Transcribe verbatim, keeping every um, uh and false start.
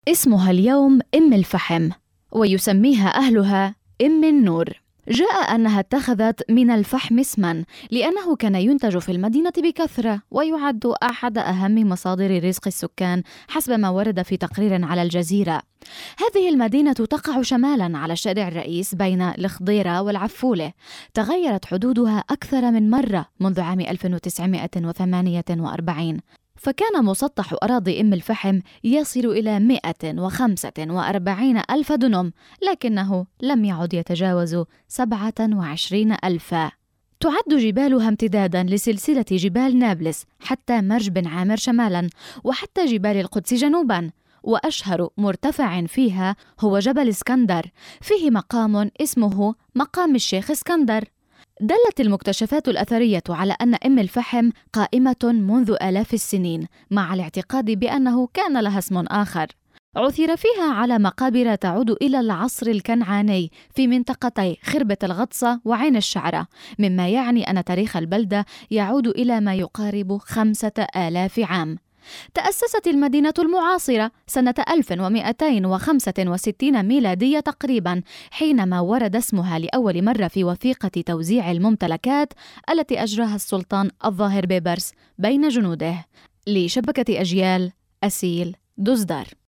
اسمها اليوم أم الفحم، ويسميها أهلها أم النور. جاء أنها اتخذت من الفحم اسماً لأنه كان ينتج في المدينة بكثرة، ويعد أحد أهم مصادر رزق السكان حسب ما ورد في تقرير على الجزيرة. هذه المدينة تقع شمالاً على الشارع الرئيس بين الخضيرة والعفولة. تغيرت حدودها أكثر من مرة منذ عام ألف وتسعمائة وثمانية وأربعين، فكان مسطح أراضي أم الفحم يصل إلى مئة وخمسة وأربعين ألف دنم، لكنه لم يعد يتجاوز سبعة وعشرين ألفا. تعد جبالها امتداداً لسلسلة جبال نابلس حتى مرج بن عامر شمالاً، وحتى جبال القدس جنوباً. وأشهر مرتفع فيها هو جبل اسكندر، فيه مقام اسمه مقام الشيخ اسكندر. دلت المكتشفات الأثرية على أن أم الفحم قائمة منذ آلاف السنين، مع الاعتقاد بأنه كان لها اسم آخر. عثر فيها على مقابر تعود إلى العصر الكنعاني في منطقتي خربة الغطسة وعين الشعرة، مما يعني أن تاريخ البلدة يعود إلى ما يقارب خمسة آلاف عام. تأسست المدينة المعاصرة سنة ألف ومئتين وخمسة وستين ميلادية تقريبا، حينما ورد اسمها لأول مرة في وثيقة توزيع الممتلكات التي أجراها السلطان الظاهر بيبرس بين جنوده لشبكة أجيال أسيل دزدار.